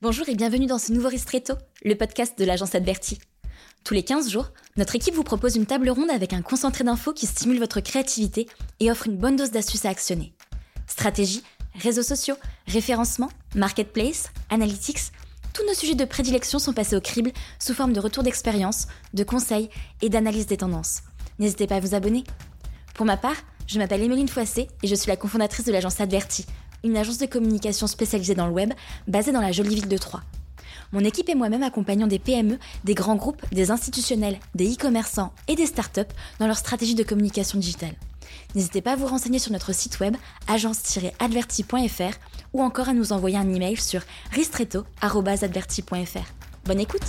Bonjour et bienvenue dans ce nouveau Ristretto, le podcast de l'agence Adverti. Tous les 15 jours, notre équipe vous propose une table ronde avec un concentré d'infos qui stimule votre créativité et offre une bonne dose d'astuces à actionner. Stratégie, réseaux sociaux, référencement, marketplace, analytics, tous nos sujets de prédilection sont passés au crible sous forme de retours d'expérience, de conseils et d'analyse des tendances. N'hésitez pas à vous abonner. Pour ma part, je m'appelle Emeline Foissé et je suis la cofondatrice de l'agence Adverti, une agence de communication spécialisée dans le web, basée dans la jolie ville de Troyes. Mon équipe et moi-même accompagnons des PME, des grands groupes, des institutionnels, des e-commerçants et des startups dans leur stratégie de communication digitale. N'hésitez pas à vous renseigner sur notre site web agence-adverti.fr ou encore à nous envoyer un email sur ristretto@adverti.fr. Bonne écoute!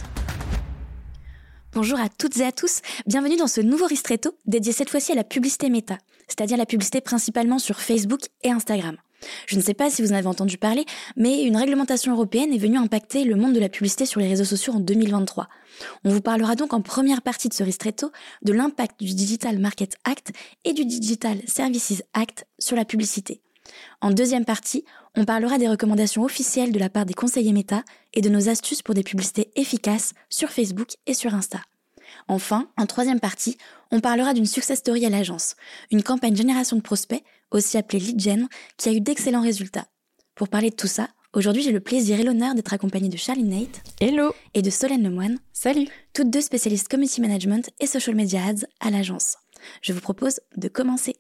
Bonjour à toutes et à tous, bienvenue dans ce nouveau Ristretto dédié cette fois-ci à la publicité méta, c'est-à-dire la publicité principalement sur Facebook et Instagram. Je ne sais pas si vous en avez entendu parler, mais une réglementation européenne est venue impacter le monde de la publicité sur les réseaux sociaux en 2023. On vous parlera donc en première partie de ce Ristretto de l'impact du Digital Markets Act et du Digital Services Act sur la publicité. En deuxième partie, on parlera des recommandations officielles de la part des conseillers méta et de nos astuces pour des publicités efficaces sur Facebook et sur Insta. Enfin, en troisième partie, on parlera d'une success story à l'agence, une campagne génération de prospects, aussi appelée Lead Gen, qui a eu d'excellents résultats. Pour parler de tout ça, aujourd'hui j'ai le plaisir et l'honneur d'être accompagnée de Charline Nate. Hello. Et de Solène Lemoine. Salut. Toutes deux spécialistes community management et social media ads à l'agence. Je vous propose de commencer.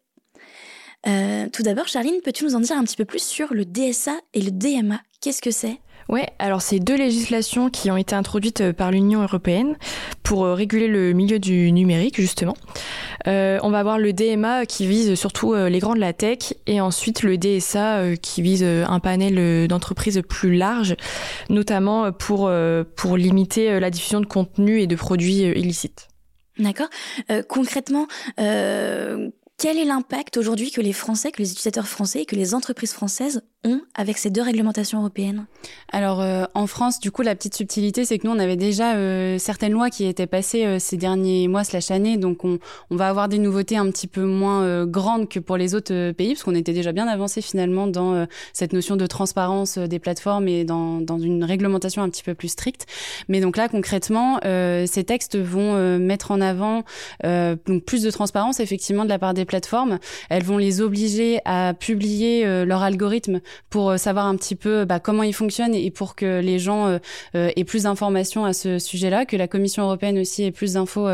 Tout d'abord, Charline, peux-tu nous en dire un petit peu plus sur le DSA et le DMA ? Qu'est-ce que c'est ? Ouais, alors c'est deux législations qui ont été introduites par l'Union européenne pour réguler le milieu du numérique, justement. On va avoir le DMA qui vise surtout les grands de la tech et ensuite le DSA qui vise un panel d'entreprises plus large, notamment pour limiter la diffusion de contenus et de produits illicites. D'accord. Concrètement, quel est l'impact aujourd'hui que les Français, que les utilisateurs français et que les entreprises françaises ont avec ces deux réglementations européennes ? Alors en France, du coup, la petite subtilité, c'est que nous, on avait déjà certaines lois qui étaient passées ces derniers mois / années, donc on va avoir des nouveautés un petit peu moins grandes que pour les autres pays, parce qu'on était déjà bien avancé finalement dans cette notion de transparence des plateformes et dans une réglementation un petit peu plus stricte. Mais donc là, concrètement, ces textes vont mettre en avant donc plus de transparence, effectivement, de la part des plateformes. Elles vont les obliger à publier leur algorithme pour savoir un petit peu comment il fonctionne et pour que les gens aient plus d'informations à ce sujet-là, que la Commission européenne aussi ait plus d'infos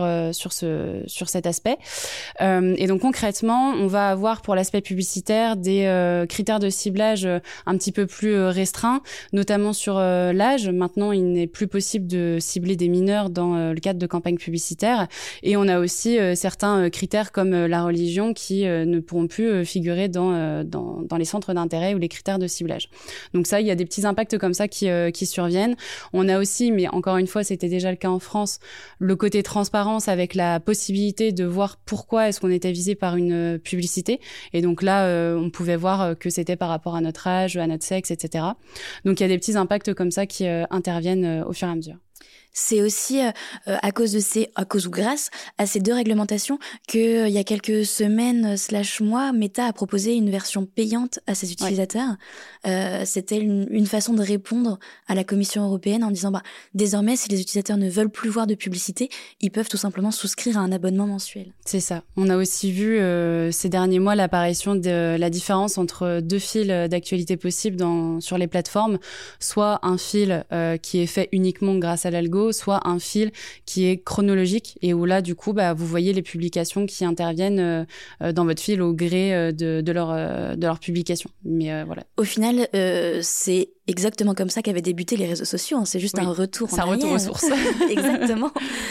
sur cet aspect. Et donc concrètement, on va avoir pour l'aspect publicitaire des critères de ciblage un petit peu plus restreints, notamment sur l'âge. Maintenant, il n'est plus possible de cibler des mineurs dans le cadre de campagnes publicitaires. Et on a aussi certains critères comme la religion qui ne pourront plus figurer dans les centres d'intérêt ou les critères de ciblage. Donc ça, il y a des petits impacts comme ça qui surviennent. On a aussi, mais encore une fois, c'était déjà le cas en France, le côté transparence avec la possibilité de voir pourquoi est-ce qu'on était visé par une publicité. Et donc là, on pouvait voir que c'était par rapport à notre âge, à notre sexe, etc. Donc il y a des petits impacts comme ça qui interviennent au fur et à mesure. C'est aussi à cause ou grâce à ces deux réglementations que il y a quelques semaines / mois, Meta a proposé une version payante à ses utilisateurs. Ouais. C'était une façon de répondre à la Commission européenne en disant désormais, si les utilisateurs ne veulent plus voir de publicité, ils peuvent tout simplement souscrire à un abonnement mensuel. C'est ça. On a aussi vu ces derniers mois l'apparition de la différence entre deux fils d'actualité possibles sur les plateformes, soit un fil qui est fait uniquement grâce à l'algo, soit un fil qui est chronologique et où là, du coup, vous voyez les publications qui interviennent dans votre fil au gré de leur publication. Mais voilà. Au final, c'est exactement comme ça qu'avaient débuté les réseaux sociaux. Hein. C'est juste un retour en arrière. C'est un retour aux sources. Exactement.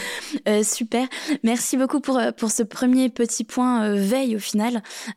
Super. Merci beaucoup pour ce premier petit point veille au final,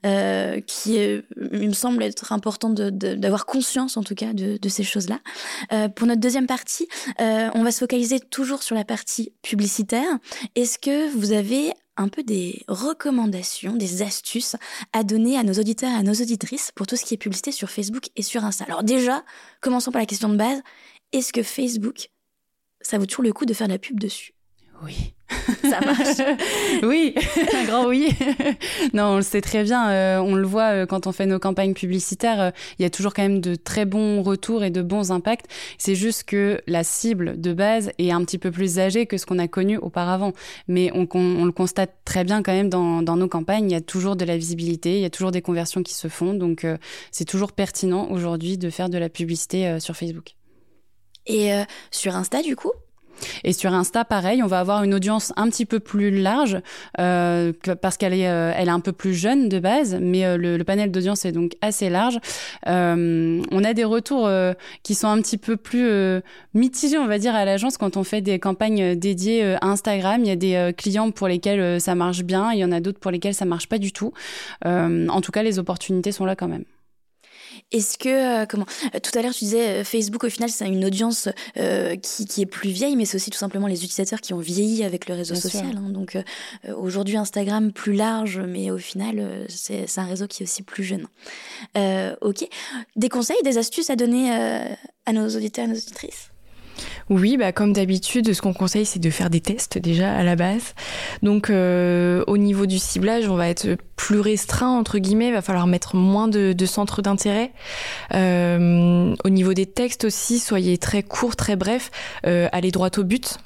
qui il me semble être important d'avoir conscience en tout cas de ces choses-là. Pour notre deuxième partie, on va se focaliser toujours sur la partie publicitaire. Est-ce que vous avez un peu des recommandations, des astuces à donner à nos auditeurs et à nos auditrices pour tout ce qui est publicité sur Facebook et sur Insta? Alors déjà, commençons par la question de base. Est-ce que Facebook, ça vaut toujours le coup de faire de la pub dessus? Oui. Ça marche. Oui, un grand oui. Non, on le sait très bien. On le voit quand on fait nos campagnes publicitaires. Il y a toujours quand même de très bons retours et de bons impacts. C'est juste que la cible de base est un petit peu plus âgée que ce qu'on a connu auparavant. Mais on le constate très bien quand même dans nos campagnes. Il y a toujours de la visibilité, il y a toujours des conversions qui se font. Donc, c'est toujours pertinent aujourd'hui de faire de la publicité sur Facebook. Et sur Insta, du coup ? Et sur Insta, pareil, on va avoir une audience un petit peu plus large parce qu'elle est un peu plus jeune de base, mais le panel d'audience est donc assez large. On a des retours qui sont un petit peu plus mitigés, on va dire, à l'agence quand on fait des campagnes dédiées à Instagram. Il y a des clients pour lesquels ça marche bien, il y en a d'autres pour lesquels ça marche pas du tout. En tout cas, les opportunités sont là quand même. Est-ce que, tout à l'heure tu disais Facebook au final c'est une audience qui est plus vieille, mais c'est aussi tout simplement les utilisateurs qui ont vieilli avec le réseau Bien social. sûr. Donc aujourd'hui Instagram plus large, mais au final c'est un réseau qui est aussi plus jeune. Ok. Des conseils, des astuces à donner à nos auditeurs et nos auditrices ? Oui, comme d'habitude, ce qu'on conseille, c'est de faire des tests déjà à la base. Donc, au niveau du ciblage, on va être plus restreint, entre guillemets. Il va falloir mettre moins de centres d'intérêt. Au niveau des textes aussi, soyez très courts, très brefs. Allez droit au but.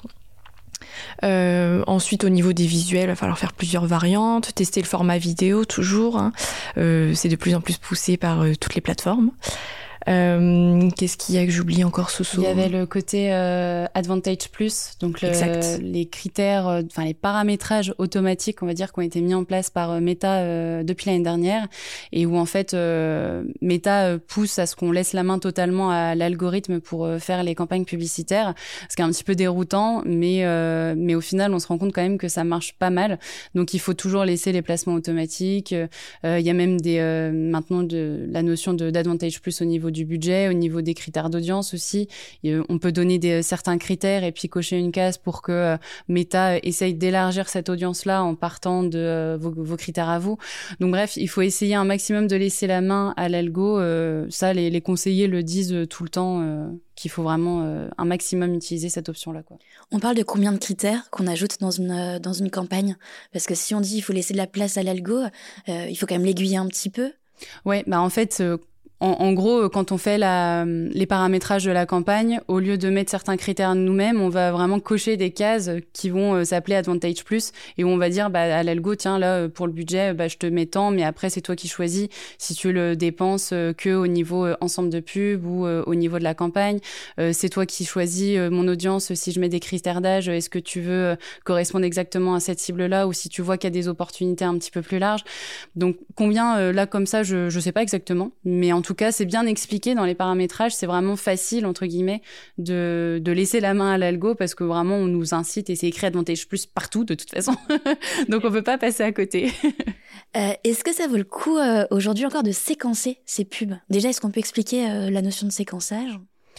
Ensuite, au niveau des visuels, il va falloir faire plusieurs variantes. Tester le format vidéo, toujours. Hein. C'est de plus en plus poussé par toutes les plateformes. Qu'est-ce qu'il y a que j'oublie encore, Soso ? Il y avait le côté Advantage Plus, donc les critères, les paramétrages automatiques, on va dire, qui ont été mis en place par Meta depuis l'année dernière, et où en fait Meta pousse à ce qu'on laisse la main totalement à l'algorithme pour faire les campagnes publicitaires, ce qui est un petit peu déroutant, mais au final on se rend compte quand même que ça marche pas mal. Donc il faut toujours laisser les placements automatiques. Il y a même maintenant la notion d'Advantage Plus au niveau du budget, au niveau des critères d'audience aussi. On peut donner certains critères et puis cocher une case pour que Meta essaye d'élargir cette audience-là en partant de vos critères à vous. Donc bref, il faut essayer un maximum de laisser la main à l'algo. Ça, les conseillers le disent tout le temps, qu'il faut vraiment un maximum utiliser cette option-là, quoi. On parle de combien de critères qu'on ajoute dans une campagne ? Parce que si on dit il faut laisser de la place à l'algo, il faut quand même l'aiguiller un petit peu. Ouais, en fait... En gros, quand on fait les paramétrages de la campagne, au lieu de mettre certains critères nous-mêmes, on va vraiment cocher des cases qui vont s'appeler Advantage Plus, et où on va dire à l'algo, tiens, là, pour le budget, je te mets tant, mais après, c'est toi qui choisis si tu le dépenses que au niveau ensemble de pub ou au niveau de la campagne. C'est toi qui choisis mon audience. Si je mets des critères d'âge, est-ce que tu veux correspondre exactement à cette cible-là, ou si tu vois qu'il y a des opportunités un petit peu plus larges. Donc, combien, là, comme ça, je sais pas exactement, mais en tout cas, c'est bien expliqué dans les paramétrages. C'est vraiment facile, entre guillemets, de laisser la main à l'algo, parce que vraiment, on nous incite, et c'est écrit Advantage Plus partout, de toute façon. Donc, on peut pas passer à côté. Est-ce que ça vaut le coup, aujourd'hui encore, de séquencer ces pubs ? Déjà, est-ce qu'on peut expliquer la notion de séquençage ?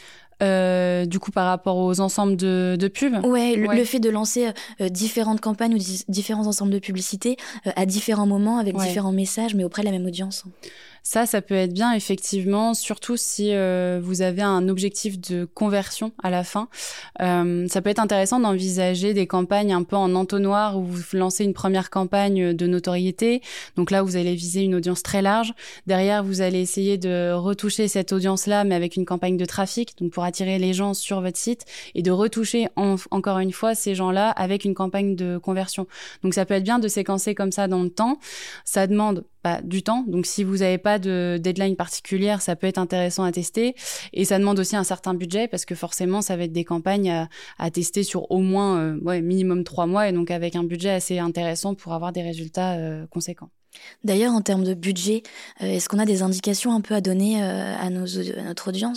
Du coup, par rapport aux ensembles de pubs. Ouais, le fait de lancer différentes campagnes ou différents ensembles de publicités à différents moments avec différents messages, mais auprès de la même audience. Ça peut être bien, effectivement, surtout si vous avez un objectif de conversion à la fin. Ça peut être intéressant d'envisager des campagnes un peu en entonnoir, où vous lancez une première campagne de notoriété. Donc là, vous allez viser une audience très large. Derrière, vous allez essayer de retoucher cette audience-là, mais avec une campagne de trafic, donc pour attirer les gens sur votre site, et de retoucher encore une fois ces gens-là avec une campagne de conversion. Donc ça peut être bien de séquencer comme ça dans le temps. Ça demande du temps. Donc, si vous n'avez pas de deadline particulière, ça peut être intéressant à tester. Et ça demande aussi un certain budget, parce que forcément, ça va être des campagnes à tester sur au moins minimum 3 mois, et donc avec un budget assez intéressant pour avoir des résultats conséquents. D'ailleurs, en termes de budget, est-ce qu'on a des indications un peu à donner à notre audience ?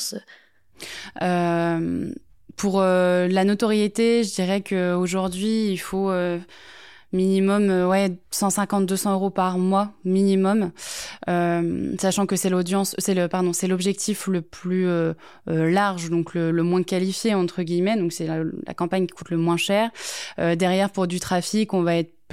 Pour la notoriété, je dirais qu'aujourd'hui, il faut... minimum 150-200 euros par mois minimum, sachant que c'est l'objectif le plus large, donc le moins qualifié entre guillemets, donc c'est la campagne qui coûte le moins cher. Derrière, pour du trafic, on va être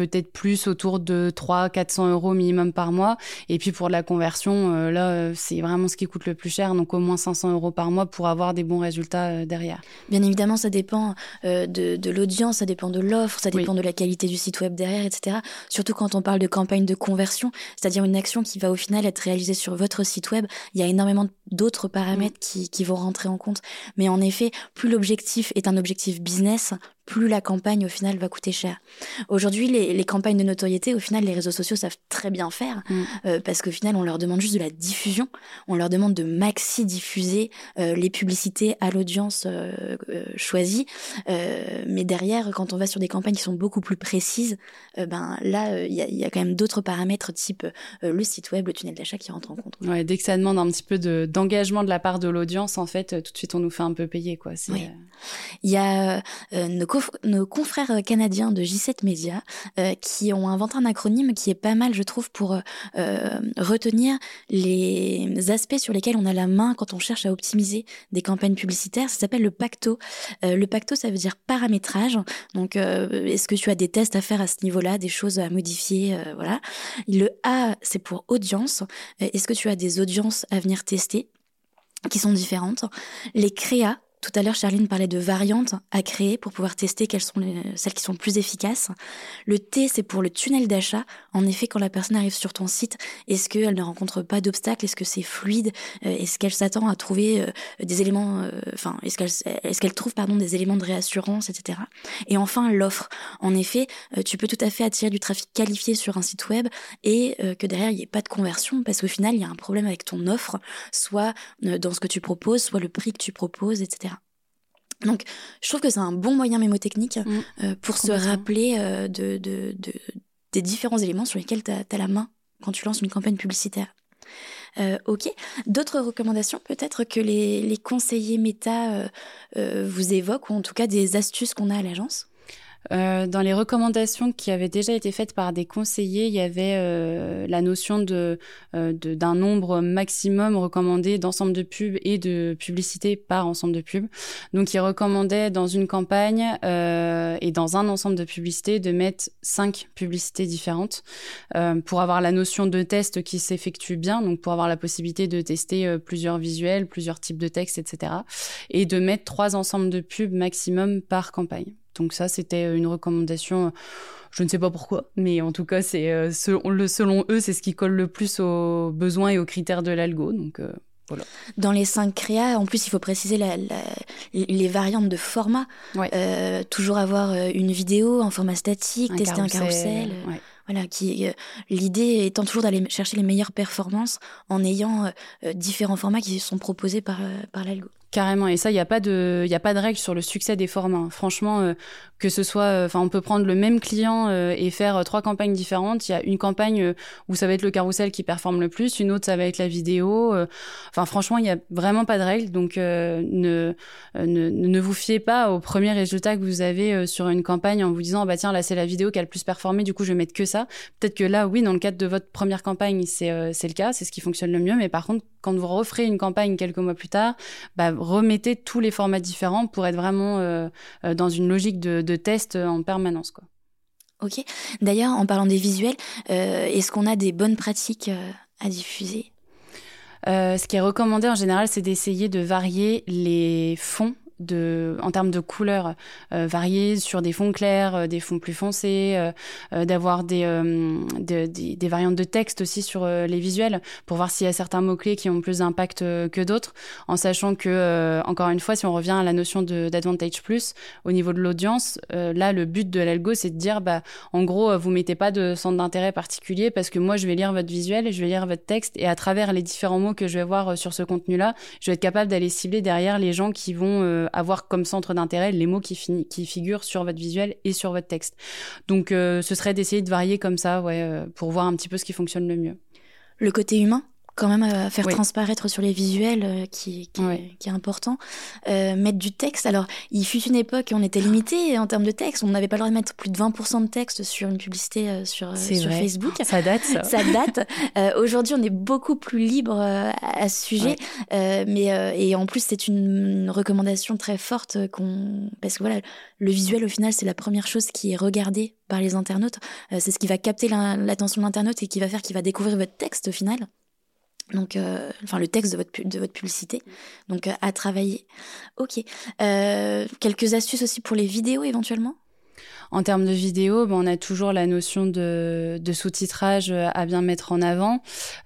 peut-être plus autour de 300-400 € minimum par mois. Et puis pour la conversion, là, c'est vraiment ce qui coûte le plus cher, donc au moins 500 € par mois pour avoir des bons résultats derrière. Bien évidemment, ça dépend de l'audience, ça dépend de l'offre, ça dépend de la qualité du site web derrière, etc. Surtout quand on parle de campagne de conversion, c'est-à-dire une action qui va au final être réalisée sur votre site web. Il y a énormément d'autres paramètres qui vont rentrer en compte. Mais en effet, plus l'objectif est un objectif business, plus la campagne, au final, va coûter cher. Aujourd'hui, les campagnes de notoriété, au final, les réseaux sociaux savent très bien faire, parce qu'au final, on leur demande juste de la diffusion, on leur demande de maxi-diffuser les publicités à l'audience choisie, mais derrière, quand on va sur des campagnes qui sont beaucoup plus précises, là, il y a quand même d'autres paramètres, type le site web, le tunnel d'achat qui rentrent en compte. Ouais, dès que ça demande un petit peu d'engagement de la part de l'audience, en fait, tout de suite, on nous fait un peu payer, quoi. Oui. Il y a nos confrères canadiens de J7 Media qui ont inventé un acronyme qui est pas mal, je trouve, pour retenir les aspects sur lesquels on a la main quand on cherche à optimiser des campagnes publicitaires. Ça s'appelle le PACTO. Le PACTO, ça veut dire paramétrage. Donc, est-ce que tu as des tests à faire à ce niveau-là, des choses à modifier, voilà. Le A, c'est pour audience. Est-ce que tu as des audiences à venir tester qui sont différentes? Les créas. Tout à l'heure, Charline parlait de variantes à créer pour pouvoir tester quelles sont celles qui sont le plus efficaces. Le T, c'est pour le tunnel d'achat. En effet, quand la personne arrive sur ton site, est-ce qu'elle ne rencontre pas d'obstacles? Est-ce que c'est fluide? Est-ce qu'elle s'attend à trouver des éléments... est-ce qu'elle trouve des éléments de réassurance, etc. Et enfin, l'offre. En effet, tu peux tout à fait attirer du trafic qualifié sur un site web et que derrière, il n'y ait pas de conversion parce qu'au final, il y a un problème avec ton offre, soit dans ce que tu proposes, soit le prix que tu proposes, etc. Donc, je trouve que c'est un bon moyen mémotechnique pour se rappeler des différents éléments sur lesquels tu as la main quand tu lances une campagne publicitaire. Ok. D'autres recommandations peut-être que les conseillers méta vous évoquent, ou en tout cas des astuces qu'on a à l'agence? Dans les recommandations qui avaient déjà été faites par des conseillers, il y avait la notion d'un nombre maximum recommandé d'ensemble de pubs et de publicités par ensemble de pubs. Donc, ils recommandaient dans une campagne et dans un ensemble de publicités de mettre 5 publicités différentes pour avoir la notion de test qui s'effectue bien, donc pour avoir la possibilité de tester plusieurs visuels, plusieurs types de textes, etc. Et de mettre 3 ensembles de pubs maximum par campagne. Donc ça, c'était une recommandation, je ne sais pas pourquoi, mais en tout cas, c'est selon eux, c'est ce qui colle le plus aux besoins et aux critères de l'algo. Donc voilà. Dans les 5 créas, en plus, il faut préciser les variantes de format. Ouais. Toujours avoir une vidéo en format statique, tester un carrousel. Ouais. Voilà, l'idée étant toujours d'aller chercher les meilleures performances en ayant différents formats qui sont proposés par l'algo. Carrément, et ça, il y a pas de règle sur le succès des formats. Franchement, que ce soit, on peut prendre le même client et faire 3 campagnes différentes. Il y a une campagne où ça va être le carrousel qui performe le plus, une autre ça va être la vidéo. Franchement, il y a vraiment pas de règle. Donc, ne vous fiez pas aux premiers résultats que vous avez sur une campagne en vous disant tiens, là c'est la vidéo qui a le plus performé, du coup je vais mettre que ça. Peut-être que là, oui, dans le cadre de votre première campagne, c'est le cas, c'est ce qui fonctionne le mieux. Mais par contre, quand vous referez une campagne quelques mois plus tard, remettez tous les formats différents pour être vraiment dans une logique de test en permanence, quoi. Ok. D'ailleurs, en parlant des visuels, est-ce qu'on a des bonnes pratiques à diffuser? Ce qui est recommandé en général, c'est d'essayer de varier les fonds en termes de couleurs variées sur des fonds clairs, des fonds plus foncés, d'avoir des variantes de texte aussi sur les visuels pour voir s'il y a certains mots-clés qui ont plus d'impact que d'autres, en sachant que, encore une fois, si on revient à la notion d'Advantage Plus, au niveau de l'audience, là, le but de l'algo, c'est de dire, en gros, vous mettez pas de centre d'intérêt particulier parce que moi, je vais lire votre visuel, je vais lire votre texte et à travers les différents mots que je vais voir sur ce contenu-là, je vais être capable d'aller cibler derrière les gens qui vont avoir comme centre d'intérêt les mots qui figurent sur votre visuel et sur votre texte. Donc, ce serait d'essayer de varier comme ça, pour voir un petit peu ce qui fonctionne le mieux. Le côté humain, quand même faire transparaître sur les visuels qui est important. Mettre du texte. Alors, il fut une époque où on était limité en termes de texte. On n'avait pas le droit de mettre plus de 20% de texte sur une publicité sur Facebook. Ça date, ça. Ça date. Aujourd'hui, on est beaucoup plus libre à ce sujet. Et en plus, c'est une recommandation très forte parce que voilà, le visuel, au final, c'est la première chose qui est regardée par les internautes. C'est ce qui va capter l'attention de l'internaute et qui va faire qu'il va découvrir votre texte au final. Donc, le texte de votre publicité. Donc, à travailler. Ok. Quelques astuces aussi pour les vidéos éventuellement ? En termes de vidéo, on a toujours la notion de sous-titrage à bien mettre en avant.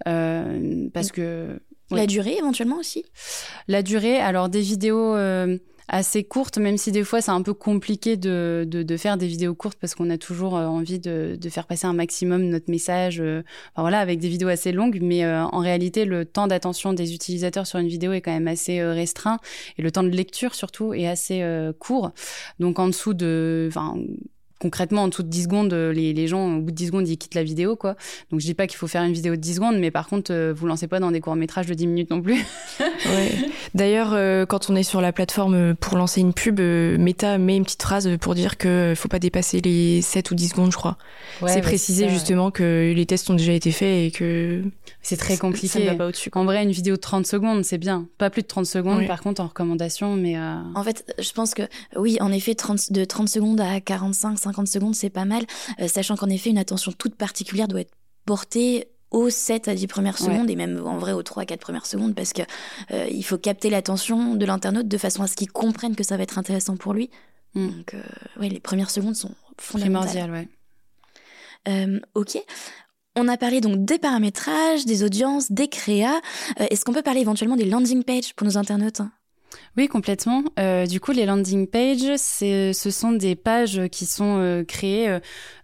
Parce que... La durée éventuellement aussi ? La durée, alors des vidéos... assez courtes, même si des fois c'est un peu compliqué de faire des vidéos courtes parce qu'on a toujours envie de faire passer un maximum notre message, avec des vidéos assez longues, mais en réalité le temps d'attention des utilisateurs sur une vidéo est quand même assez restreint et le temps de lecture surtout est assez court. Donc en dessous de... concrètement, en dessous de 10 secondes, les gens, au bout de 10 secondes, ils quittent la vidéo, quoi. Donc, je dis pas qu'il faut faire une vidéo de 10 secondes, mais par contre, vous lancez pas dans des courts-métrages de 10 minutes non plus. Ouais. D'ailleurs, quand on est sur la plateforme pour lancer une pub, Meta met une petite phrase pour dire qu'il faut pas dépasser les 7 ou 10 secondes, je crois. Ouais, c'est précisé justement que les tests ont déjà été faits et que... C'est très compliqué. Ça ne va pas au-dessus, quoi. En vrai, une vidéo de 30 secondes, c'est bien. Pas plus de 30 secondes, par contre, en recommandation, mais... En fait, je pense que, oui, en effet, de 30 secondes à 45, 50 secondes, c'est pas mal, sachant qu'en effet, une attention toute particulière doit être portée aux 7 à 10 premières secondes, et même en vrai aux 3 à 4 premières secondes, parce que il faut capter l'attention de l'internaute de façon à ce qu'il comprenne que ça va être intéressant pour lui. Donc, les premières secondes sont fondamentales. Primordial, ok. On a parlé donc des paramétrages, des audiences, des créas. Est-ce qu'on peut parler éventuellement des landing pages pour nos internautes ? Oui, complètement. Du coup, les landing pages, ce sont des pages qui sont créées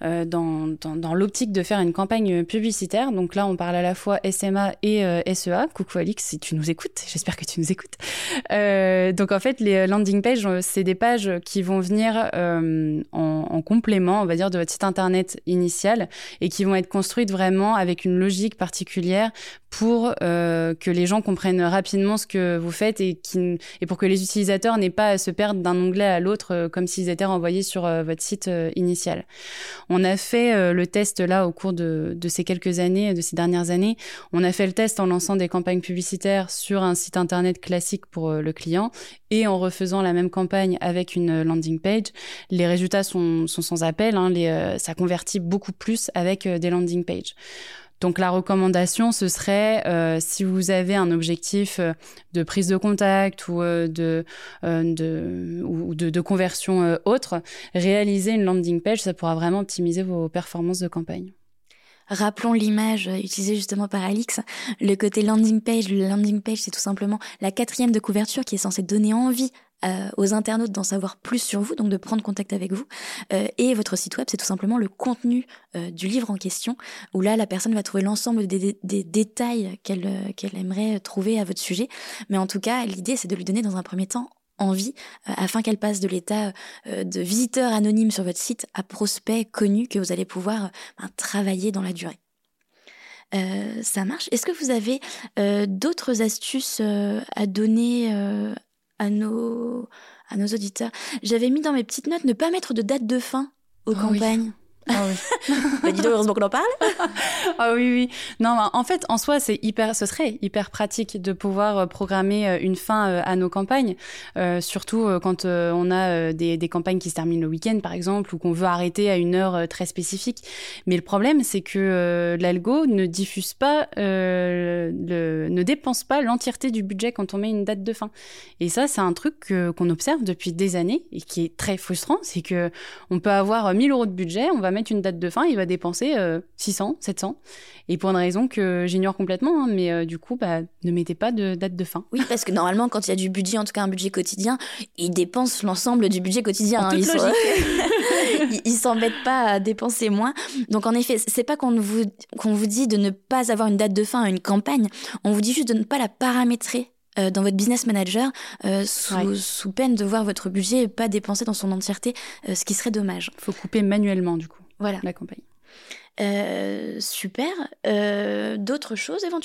dans l'optique de faire une campagne publicitaire. Donc là, on parle à la fois SMA et SEA. Coucou Alix, si tu nous écoutes. J'espère que tu nous écoutes. Donc en fait, les landing pages, c'est des pages qui vont venir en complément, on va dire, de votre site internet initial et qui vont être construites vraiment avec une logique particulière pour que les gens comprennent rapidement ce que vous faites et pour que les utilisateurs n'aient pas à se perdre d'un onglet à l'autre comme s'ils étaient renvoyés sur votre site initial. On a fait le test là au cours de ces quelques années, de ces dernières années. On a fait le test en lançant des campagnes publicitaires sur un site internet classique pour le client et en refaisant la même campagne avec une landing page. Les résultats sont sans appel, ça convertit beaucoup plus avec des landing pages. Donc la recommandation, ce serait si vous avez un objectif de prise de contact ou de conversion autre, réaliser une landing page, ça pourra vraiment optimiser vos performances de campagne. Rappelons l'image utilisée justement par Alix. Le côté landing page, le landing page, c'est tout simplement la 4e de couverture qui est censée donner envie aux internautes d'en savoir plus sur vous, donc de prendre contact avec vous. Et votre site web, c'est tout simplement le contenu du livre en question, où là, la personne va trouver l'ensemble des détails qu'elle aimerait trouver à votre sujet. Mais en tout cas, l'idée, c'est de lui donner dans un premier temps envie, afin qu'elle passe de l'état de visiteur anonyme sur votre site à prospect connu que vous allez pouvoir travailler dans la durée. Ça marche. Est-ce que vous avez d'autres astuces à donner à nos auditeurs? J'avais mis dans mes petites notes ne pas mettre de date de fin aux campagnes. Oui. Ah oui. Bah, dis donc, heureusement qu'on en parle. Ah oui. Non, en fait, en soi, ce serait hyper pratique de pouvoir programmer une fin à nos campagnes, surtout quand on a des campagnes qui se terminent le week-end, par exemple, ou qu'on veut arrêter à une heure très spécifique. Mais le problème, c'est que l'algo ne diffuse pas, ne dépense pas l'entièreté du budget quand on met une date de fin. Et ça, c'est un truc qu'on observe depuis des années et qui est très frustrant. C'est que on peut avoir 1 000 € de budget, on va mettre une date de fin, il va dépenser 600, 700. Et pour une raison que j'ignore complètement, mais du coup, ne mettez pas de date de fin. Oui, parce que normalement, quand il y a du budget, en tout cas un budget quotidien, ils dépensent l'ensemble du budget quotidien. En toute logique. Ils s'embêtent pas à dépenser moins. Donc en effet, c'est pas qu'on vous dit de ne pas avoir une date de fin à une campagne, on vous dit juste de ne pas la paramétrer dans votre business manager sous peine de voir votre budget pas dépensé dans son entièreté, ce qui serait dommage. Il faut couper manuellement du coup la campagne. Super. D'autres choses éventuellement ?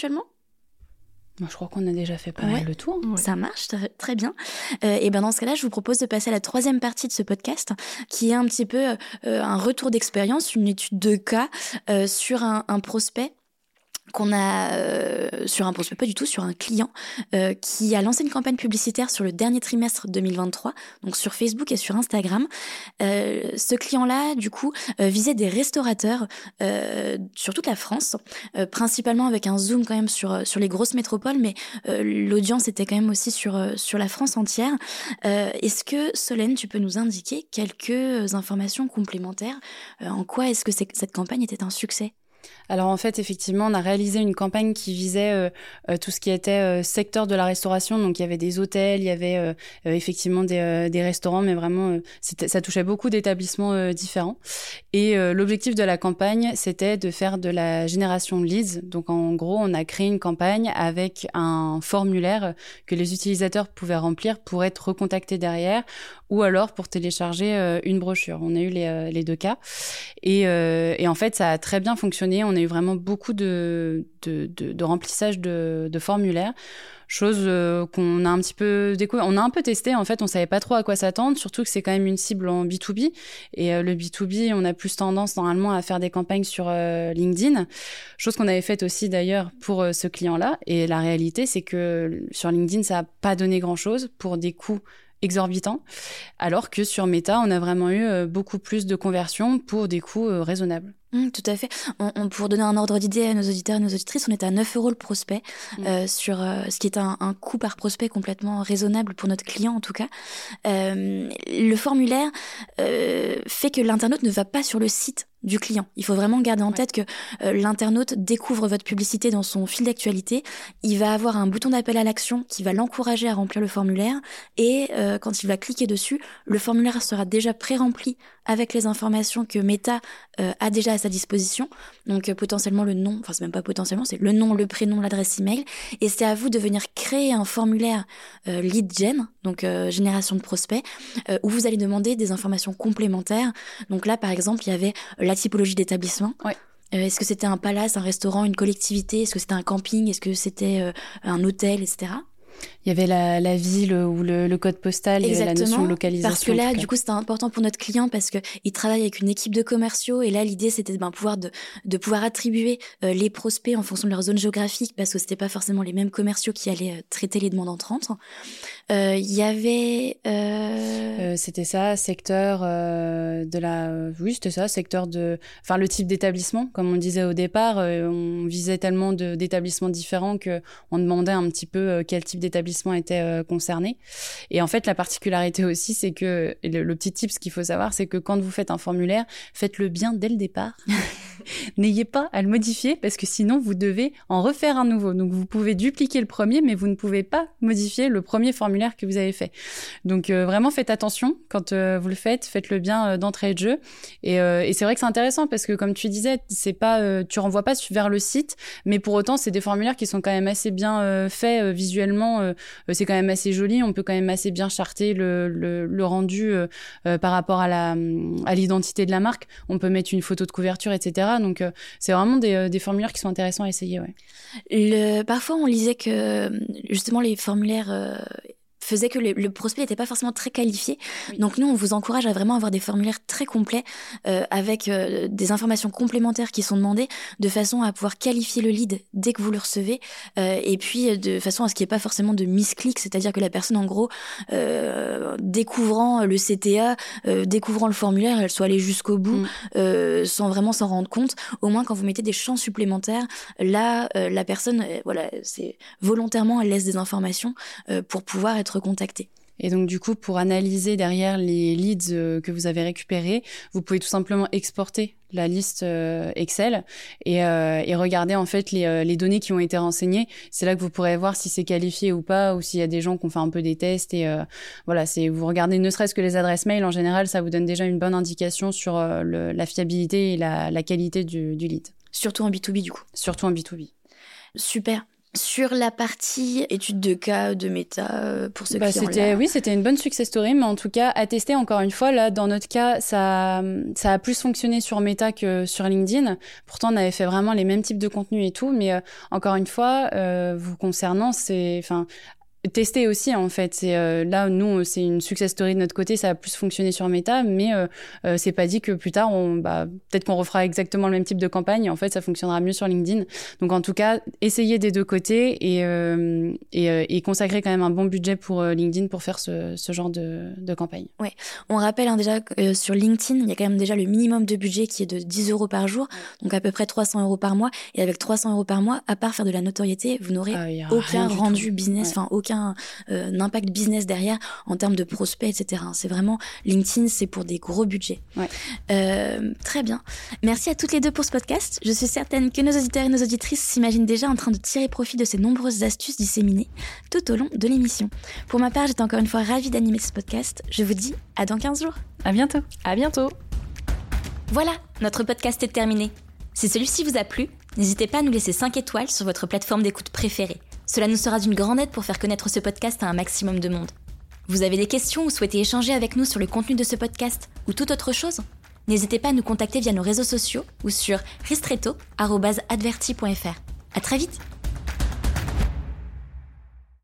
Je crois qu'on a déjà fait pas mal le tour. Ouais. Ça marche, très bien. Et ben dans ce cas-là, je vous propose de passer à la troisième partie de ce podcast, qui est un petit peu un retour d'expérience, une étude de cas sur un prospect qu'on a sur un prospect, pas du tout, sur un client qui a lancé une campagne publicitaire sur le dernier trimestre 2023, donc sur Facebook et sur Instagram. Ce client-là, du coup, visait des restaurateurs sur toute la France, principalement avec un zoom quand même sur les grosses métropoles, mais l'audience était quand même aussi sur la France entière. Est-ce que, Solène, tu peux nous indiquer quelques informations complémentaires en quoi est-ce que cette campagne était un succès ? Alors en fait, effectivement, on a réalisé une campagne qui visait tout ce qui était secteur de la restauration. Donc il y avait des hôtels, il y avait effectivement des restaurants, mais vraiment ça touchait beaucoup d'établissements différents. Et l'objectif de la campagne, c'était de faire de la génération de leads. Donc en gros, on a créé une campagne avec un formulaire que les utilisateurs pouvaient remplir pour être recontactés derrière, ou alors pour télécharger une brochure. On a eu les deux cas. Et en fait, ça a très bien fonctionné. On a eu vraiment beaucoup de remplissage de formulaires. Chose qu'on a un petit peu découvert. On a un peu testé, en fait, on savait pas trop à quoi s'attendre, surtout que c'est quand même une cible en B2B. Et le B2B, on a plus tendance normalement à faire des campagnes sur LinkedIn. Chose qu'on avait faite aussi d'ailleurs pour ce client-là. Et la réalité, c'est que sur LinkedIn, ça a pas donné grand-chose pour des coûts exorbitants, alors que sur Meta, on a vraiment eu beaucoup plus de conversions pour des coûts raisonnables. Tout à fait. Pour donner un ordre d'idée à nos auditeurs et nos auditrices, on est à 9 € le prospect, sur ce qui est un coût par prospect complètement raisonnable pour notre client en tout cas. Le formulaire fait que l'internaute ne va pas sur le site du client. Il faut vraiment garder en tête que l'internaute découvre votre publicité dans son fil d'actualité. Il va avoir un bouton d'appel à l'action qui va l'encourager à remplir le formulaire et quand il va cliquer dessus, le formulaire sera déjà pré-rempli avec les informations que Meta a déjà à sa disposition. Donc potentiellement le nom, enfin c'est même pas potentiellement, c'est le nom, le prénom, l'adresse email. Et c'est à vous de venir créer un formulaire lead gen, donc génération de prospects, où vous allez demander des informations complémentaires. Donc là par exemple, il y avait la typologie d'établissement. Ouais. Est-ce que c'était un palace, un restaurant, une collectivité? Est-ce que c'était un camping? Est-ce que c'était un hôtel, etc. Il y avait la ville ou le code postal, il y avait la notion de localisation. Parce que là, du coup, c'était important pour notre client parce que il travaille avec une équipe de commerciaux et là, l'idée, c'était de pouvoir attribuer les prospects en fonction de leur zone géographique parce que c'était pas forcément les mêmes commerciaux qui allaient traiter les demandes entrantes. Il y avait... c'était ça, secteur c'était ça, secteur de... Enfin, le type d'établissement, comme on disait au départ, on visait tellement d'établissements différents qu'on demandait un petit peu quel type d'établissement était concerné. Et en fait, la particularité aussi, c'est que le petit tips qu'il faut savoir, c'est que quand vous faites un formulaire, faites-le bien dès le départ. N'ayez pas à le modifier parce que sinon, vous devez en refaire un nouveau. Donc, vous pouvez dupliquer le premier, mais vous ne pouvez pas modifier le premier formulaire que vous avez fait. Donc, vraiment, faites attention quand vous le faites. Faites-le bien d'entrée de jeu. Et c'est vrai que c'est intéressant parce que, comme tu disais, c'est pas, tu renvoies pas vers le site, mais pour autant, c'est des formulaires qui sont quand même assez bien faits visuellement. C'est quand même assez joli. On peut quand même assez bien charter le rendu par rapport à l'identité de la marque. On peut mettre une photo de couverture, etc. Donc, c'est vraiment des formulaires qui sont intéressants à essayer. Ouais. Parfois, on lisait que justement les formulaires faisait que le prospect n'était pas forcément très qualifié. Oui. Donc nous, on vous encourage à vraiment avoir des formulaires très complets avec des informations complémentaires qui sont demandées de façon à pouvoir qualifier le lead dès que vous le recevez et puis de façon à ce qu'il n'y ait pas forcément de misclick, c'est-à-dire que la personne, en gros, découvrant le CTA, découvrant le formulaire, elle soit allée jusqu'au bout sans vraiment s'en rendre compte. Au moins, quand vous mettez des champs supplémentaires, là, la personne, c'est volontairement, elle laisse des informations pour pouvoir être contacté. Et donc, du coup, pour analyser derrière les leads que vous avez récupérés, vous pouvez tout simplement exporter la liste Excel et regarder en fait les données qui ont été renseignées. C'est là que vous pourrez voir si c'est qualifié ou pas, ou s'il y a des gens qui ont fait un peu des tests. Et vous regardez ne serait-ce que les adresses mail, en général, ça vous donne déjà une bonne indication sur la fiabilité et la qualité du lead. Surtout en B2B, du coup. Surtout en B2B. Super. Sur la partie étude de cas de Meta pour ce client-là. C'était une bonne success story, mais en tout cas, à tester encore une fois. Là, dans notre cas, ça a plus fonctionné sur Meta que sur LinkedIn. Pourtant, on avait fait vraiment les mêmes types de contenus et tout, mais encore une fois, vous concernant, tester aussi en fait. Là, nous, c'est une success story de notre côté, ça a plus fonctionné sur Meta, mais c'est pas dit que plus tard, peut-être qu'on refera exactement le même type de campagne et en fait, ça fonctionnera mieux sur LinkedIn. Donc en tout cas, essayez des deux côtés et consacrer quand même un bon budget pour LinkedIn pour faire ce genre de campagne. Ouais, on rappelle déjà que sur LinkedIn, il y a quand même déjà le minimum de budget qui est de 10 € par jour, donc à peu près 300 € par mois. Et avec 300 € par mois, à part faire de la notoriété, vous n'aurez aucun rendu business, aucun impact business derrière en termes de prospects, etc. C'est vraiment LinkedIn, c'est pour des gros budgets. Très bien. Merci à toutes les deux pour ce podcast. Je suis certaine que nos auditeurs et nos auditrices s'imaginent déjà en train de tirer profit de ces nombreuses astuces disséminées tout au long de l'émission. Pour ma part, j'étais encore une fois ravie d'animer ce podcast. Je vous dis à dans 15 jours. À bientôt. À bientôt. Voilà, notre podcast est terminé. Si celui-ci vous a plu, n'hésitez pas à nous laisser 5 étoiles sur votre plateforme d'écoute préférée. Cela nous sera d'une grande aide pour faire connaître ce podcast à un maximum de monde. Vous avez des questions ou souhaitez échanger avec nous sur le contenu de ce podcast ou toute autre chose ? N'hésitez pas à nous contacter via nos réseaux sociaux ou sur ristretto@adverti.fr. À très vite.